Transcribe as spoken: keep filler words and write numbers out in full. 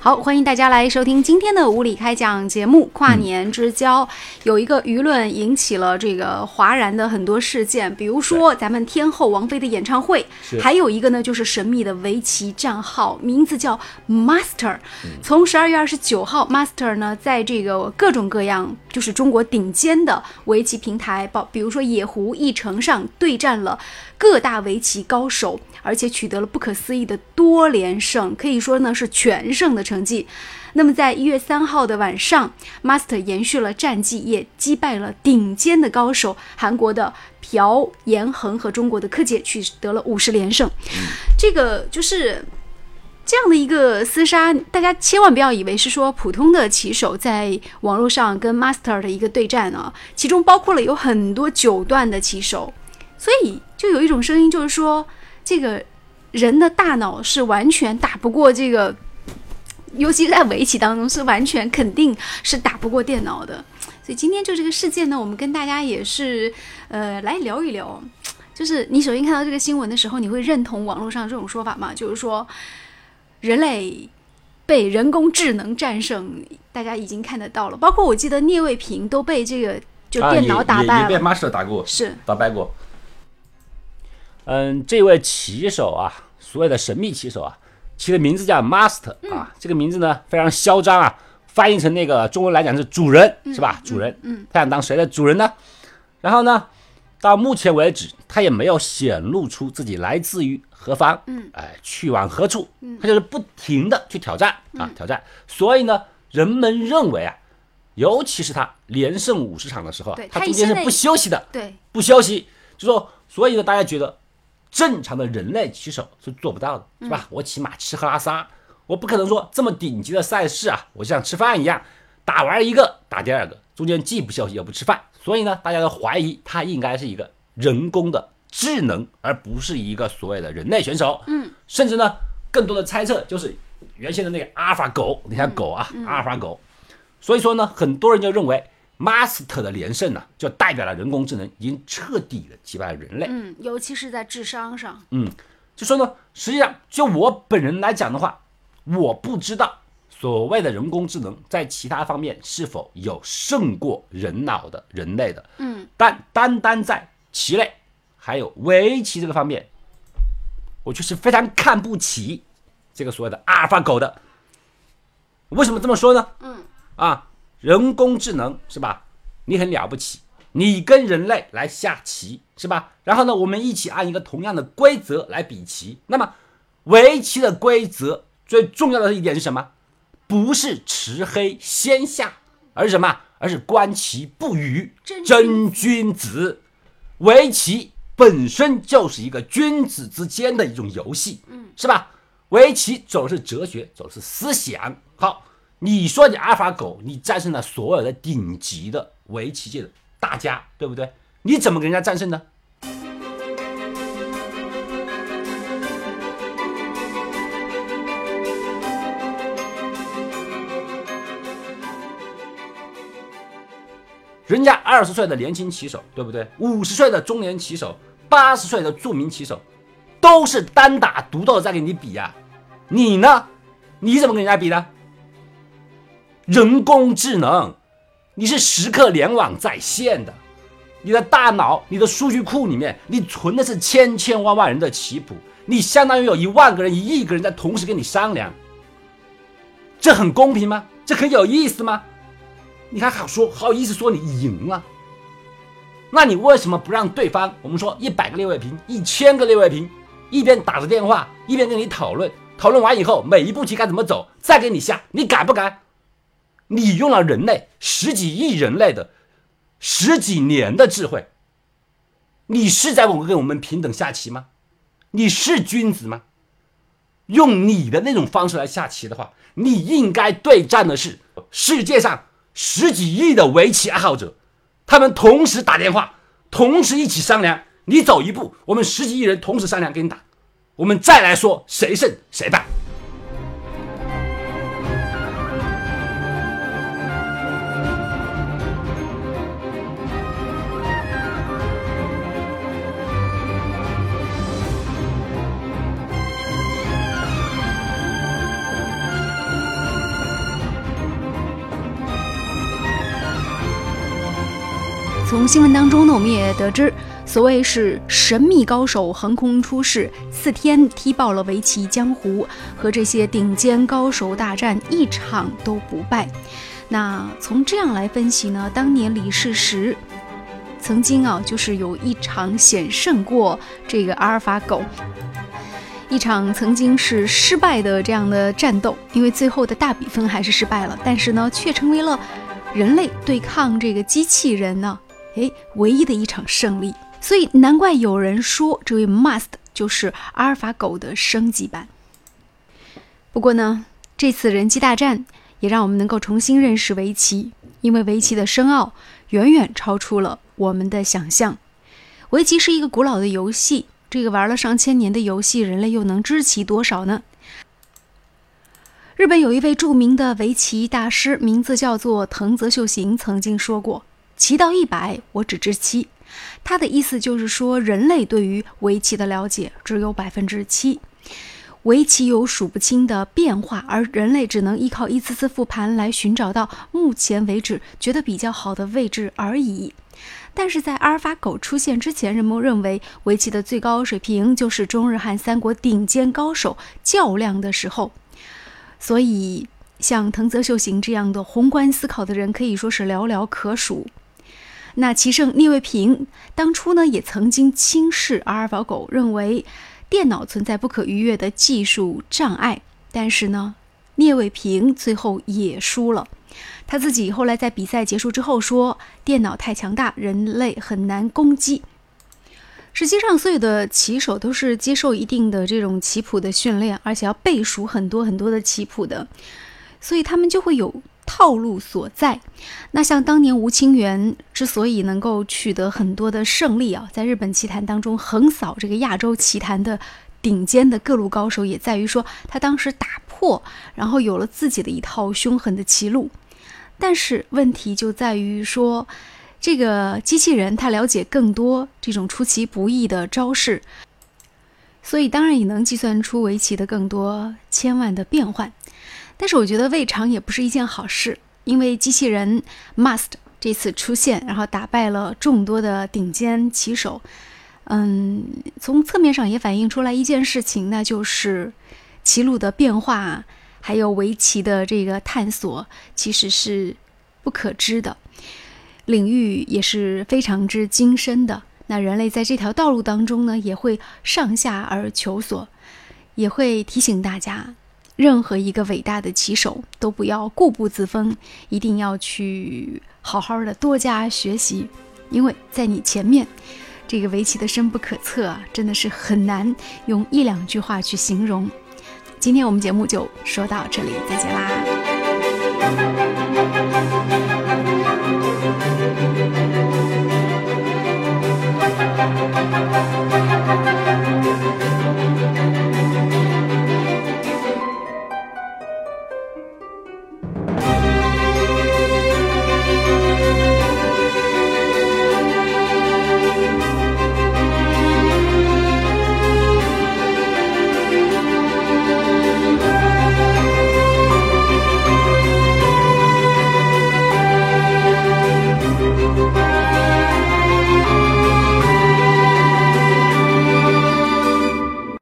好，欢迎大家来收听今天的无理开讲节目《跨年之交》。嗯、有一个舆论引起了这个哗然的很多事件，比如说咱们天后王菲的演唱会，还有一个呢就是神秘的围棋账号，名字叫 Master。从十二月二十九号 ，Master 呢在这个各种各样就是中国顶尖的围棋平台，比如说野狐、一城上对战了各大围棋高手，而且取得了不可思议的多连胜，可以说呢是全胜的成绩。那么在一月三号的晚上 Master 延续了战绩，也击败了顶尖的高手，韩国的朴妍恒和中国的柯洁，取得了五十连胜。这个就是这样的一个厮杀，大家千万不要以为是说普通的棋手在网络上跟 Master 的一个对战啊，其中包括了有很多九段的棋手，所以就有一种声音就是说，这个人的大脑是完全打不过这个，尤其在围棋当中是完全肯定是打不过电脑的。所以今天就这个事件呢，我们跟大家也是呃来聊一聊。就是你首先看到这个新闻的时候，你会认同网络上这种说法吗？就是说人类被人工智能战胜，大家已经看得到了。包括我记得聂卫平都被这个就电脑打败了， 啊、也, 也, 也被 Master 打过， 是打败过。 嗯，这位棋手啊，所谓的神秘棋手啊，其的名字叫 Master 啊，这个名字呢非常嚣张啊，翻译成那个中文来讲是主人，是吧？主人，嗯，他想当谁的主人呢？然后呢，到目前为止，他也没有显露出自己来自于何方，嗯，哎，去往何处，他就是不停的去挑战啊，挑战。所以呢，人们认为啊，尤其是他连胜五十场的时候，他中间是不休息的， 对， 不休息，就说，所以呢，大家觉得正常的人类棋手是做不到的，是吧？嗯、我起码吃喝拉撒，我不可能说这么顶级的赛事啊，我就像吃饭一样，打完一个打第二个，中间既不休息又不吃饭。所以呢，大家都怀疑他应该是一个人工的智能，而不是一个所谓的人类选手。嗯，甚至呢，更多的猜测就是原先的那个阿尔法狗，你看狗啊，嗯、阿尔法狗。所以说呢，很多人就认为 Master 的连胜呢、啊，就代表了人工智能已经彻底的击败了人类。 嗯，尤其是在智商上。 嗯，就说呢，实际上就我本人来讲的话，我不知道所谓的人工智能在其他方面是否有胜过人脑的人类的。嗯，但单单在棋类还有围棋这个方面，我就是非常看不起这个所谓的阿尔法狗的。为什么这么说呢？嗯，啊，人工智能是吧？你很了不起，你跟人类来下棋是吧？然后呢，我们一起按一个同样的规则来比棋。那么围棋的规则最重要的一点是什么？不是持黑先下，而是什么？而是观其不语，真君子。围棋本身就是一个君子之间的一种游戏，嗯，是吧？围棋走的是哲学，走的是思想。好，你说你阿尔法狗，你战胜了所有的顶级的围棋界的大家，对不对？你怎么跟人家战胜呢？人家二十岁的年轻棋手，对不对？五十岁的中年棋手，八十岁的著名棋手，都是单打独斗在跟你比呀、啊。你呢？你怎么跟人家比呢？人工智能，你是时刻联网在线的，你的大脑、你的数据库里面，你存的是千千万万人的棋谱，你相当于有一万个人、一亿个人在同时跟你商量，这很公平吗？这很有意思吗？你还好说好意思说你赢了？那你为什么不让对方，我们说一百个列位屏、一千个列位屏，一边打着电话，一边跟你讨论，讨论完以后每一步棋该怎么走，再给你下，你敢不敢？你用了人类十几亿人类的十几年的智慧，你是在跟我们平等下棋吗？你是君子吗？用你的那种方式来下棋的话，你应该对战的是世界上十几亿的围棋爱好者，他们同时打电话，同时一起商量，你走一步，我们十几亿人同时商量给你打，我们再来说谁胜谁败。 从新闻当中呢，我们也得知，所谓是神秘高手横空出世，四天踢爆了围棋江湖，和这些顶尖高手大战，一场都不败。那从这样来分析呢，当年李世石曾经啊，就是有一场险胜过这个阿尔法狗，一场曾经是失败的这样的战斗，因为最后的大比分还是失败了，但是呢，却成为了人类对抗这个机器人呢，诶，唯一的一场胜利。所以难怪有人说，这位 Must 就是阿尔法狗的升级版。不过呢，这次人机大战也让我们能够重新认识围棋，因为围棋的深奥远远超出了我们的想象。围棋是一个古老的游戏，这个玩了上千年的游戏，人类又能知其多少呢？日本有一位著名的围棋大师，名字叫做藤泽秀行，曾经说过，棋到一百，我只知七。他的意思就是说，人类对于围棋的了解只有百分之七。围棋有数不清的变化，而人类只能依靠一次次复盘来寻找到目前为止觉得比较好的位置而已。但是在阿尔法狗出现之前，人们认为围棋的最高水平就是中日韩三国顶尖高手较量的时候。所以像藤泽秀行这样的宏观思考的人可以说是寥寥可数。那棋圣聂卫平当初呢也曾经轻视阿尔法狗，认为电脑存在不可逾越的技术障碍，但是呢聂卫平最后也输了。他自己后来在比赛结束之后说，电脑太强大，人类很难攻击。实际上所有的棋手都是接受一定的这种棋谱的训练，而且要背熟很多很多的棋谱的，所以他们就会有套路所在。那像当年吴清源之所以能够取得很多的胜利啊，在日本棋坛当中横扫这个亚洲棋坛的顶尖的各路高手，也在于说他当时打破，然后有了自己的一套凶狠的棋路。但是问题就在于说，这个机器人它了解更多这种出其不意的招式，所以当然也能计算出围棋的更多千万的变换。但是我觉得未尝也不是一件好事，因为机器人 Must 这次出现，然后打败了众多的顶尖棋手，嗯，从侧面上也反映出来一件事情，那就是棋路的变化，还有围棋的这个探索其实是不可知的，领域也是非常之精深的。那人类在这条道路当中呢，也会上下而求索，也会提醒大家，任何一个伟大的棋手都不要固步自封，一定要去好好的多加学习，因为在你前面这个围棋的深不可测啊，真的是很难用一两句话去形容。今天我们节目就说到这里，再见啦。